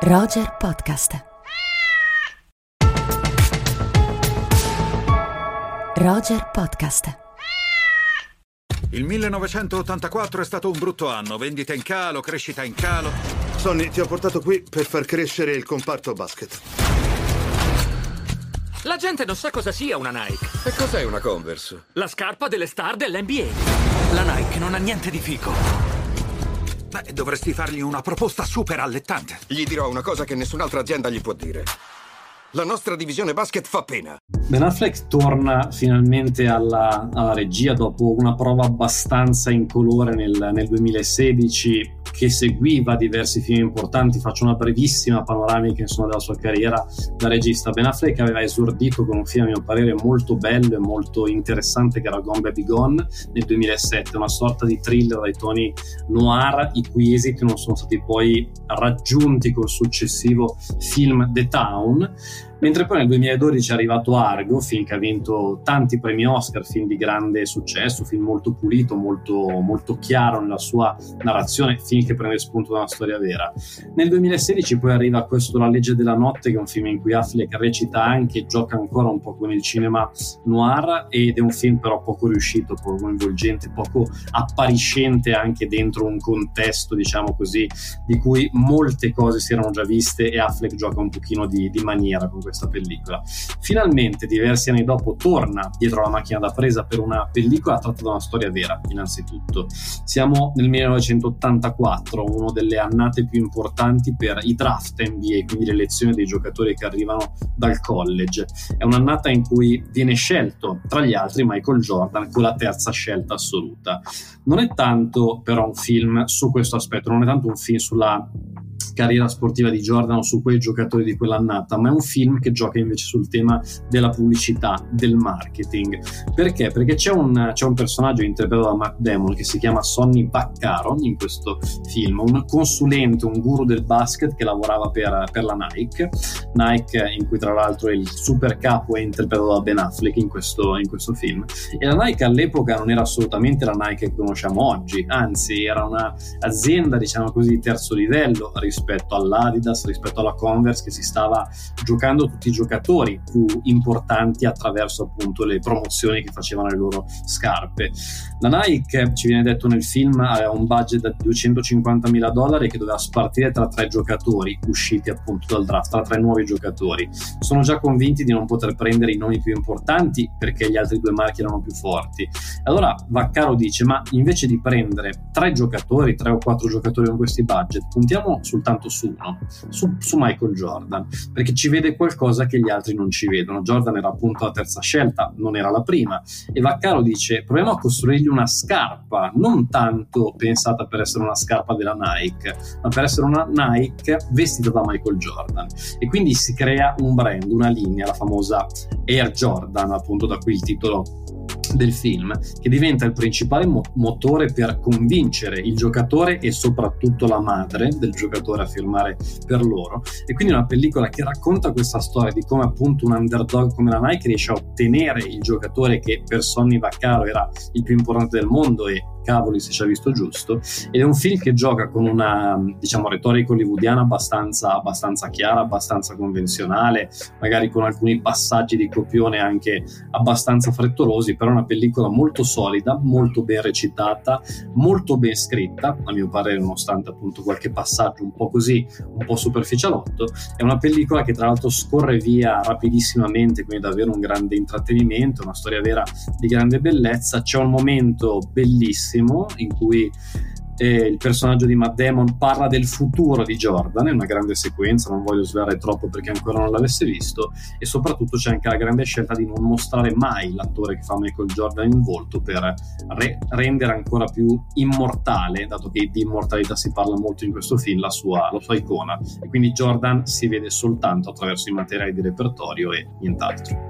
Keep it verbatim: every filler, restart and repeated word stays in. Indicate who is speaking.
Speaker 1: Roger Podcast. Roger Podcast.
Speaker 2: Il millenovecentottantaquattro è stato un brutto anno, vendite in calo, crescita in calo.
Speaker 3: Sonny, ti ho portato qui per far crescere il comparto basket.
Speaker 4: La gente non sa cosa sia una Nike.
Speaker 5: E cos'è una Converse?
Speaker 4: La scarpa delle star dell'N B A. La Nike non ha niente di figo.
Speaker 2: Beh, dovresti fargli una proposta super allettante.
Speaker 5: Gli dirò una cosa che nessun'altra azienda gli può dire. La nostra divisione basket fa pena.
Speaker 6: Ben Affleck torna finalmente alla, alla regia dopo una prova abbastanza incolore nel, nel duemilasedici, che seguiva diversi film importanti. Faccio una brevissima panoramica insomma della sua carriera da regista. Ben Affleck aveva esordito con un film a mio parere molto bello e molto interessante che era Gone Baby Gone nel duemilasette, una sorta di thriller dai toni noir, i cui esiti non sono stati poi raggiunti col successivo film The Town. Mentre poi nel duemiladodici è arrivato Argo, film che ha vinto tanti premi Oscar, film di grande successo, film molto pulito, molto, molto chiaro nella sua narrazione, film che prende spunto da una storia vera. Nel duemilasedici poi arriva questo La legge della notte, che è un film in cui Affleck recita anche, gioca ancora un po' con il cinema noir, ed è un film però poco riuscito, poco coinvolgente, poco appariscente anche dentro un contesto, diciamo così, di cui molte cose si erano già viste, e Affleck gioca un pochino di, di maniera con questa pellicola. Finalmente, diversi anni dopo, torna dietro la macchina da presa per una pellicola tratta da una storia vera. Innanzitutto siamo nel millenovecentottantaquattro, una delle annate più importanti per i draft N B A, quindi le elezioni dei giocatori che arrivano dal college. È un'annata in cui viene scelto tra gli altri Michael Jordan con la terza scelta assoluta. Non è tanto però un film su questo aspetto, non è tanto un film sulla carriera sportiva di Jordan o su quei giocatori di quell'annata, ma è un film che gioca invece sul tema della pubblicità, del marketing. Perché? Perché c'è un, c'è un personaggio interpretato da Matt Damon che si chiama Sonny Vaccaro in questo film, un consulente, un guru del basket che lavorava per, per la Nike, Nike in cui tra l'altro il super capo è interpretato da Ben Affleck in questo, in questo film. E la Nike all'epoca non era assolutamente la Nike che conosciamo oggi, anzi era una azienda, diciamo così, di terzo livello rispetto all'Adidas, rispetto alla Converse, che si stava giocando tutti i giocatori più importanti attraverso appunto le promozioni che facevano le loro scarpe. La Nike, ci viene detto nel film, aveva un budget da duecentocinquantamila dollari che doveva spartire tra tre giocatori usciti appunto dal draft, tra tre nuovi giocatori. Sono già convinti di non poter prendere i nomi più importanti perché gli altri due marchi erano più forti. Allora Vaccaro dice: ma invece di prendere tre giocatori, tre o quattro giocatori con questi budget, puntiamo soltanto su uno, su, su Michael Jordan, perché ci vede qualcosa che gli altri non ci vedono. Jordan era appunto la terza scelta, non era la prima, e Vaccaro dice: proviamo a costruirgli una scarpa non tanto pensata per essere una scarpa della Nike, ma per essere una Nike vestita da Michael Jordan. E quindi si crea un brand, una linea, la famosa Air Jordan, appunto da qui il titolo del film, che diventa il principale mo- motore per convincere il giocatore e soprattutto la madre del giocatore a firmare per loro. E quindi una pellicola che racconta questa storia di come appunto un underdog come la Nike riesce a ottenere il giocatore che per Sonny Vaccaro era il più importante del mondo, e cavoli se ci ha visto giusto. Ed è un film che gioca con una, diciamo, retorica hollywoodiana abbastanza, abbastanza chiara, abbastanza convenzionale, magari con alcuni passaggi di copione anche abbastanza frettolosi, però una pellicola molto solida, molto ben recitata, molto ben scritta a mio parere, nonostante appunto qualche passaggio un po' così, un po' superficialotto. È una pellicola che tra l'altro scorre via rapidissimamente, quindi davvero un grande intrattenimento, una storia vera di grande bellezza. C'è un momento bellissimo in cui eh, il personaggio di Matt Damon parla del futuro di Jordan, è una grande sequenza, non voglio svelare troppo perché ancora non l'avesse visto, e soprattutto c'è anche la grande scelta di non mostrare mai l'attore che fa Michael Jordan in volto per re- rendere ancora più immortale, dato che di immortalità si parla molto in questo film, la sua, la sua icona, e quindi Jordan si vede soltanto attraverso i materiali di repertorio e nient'altro.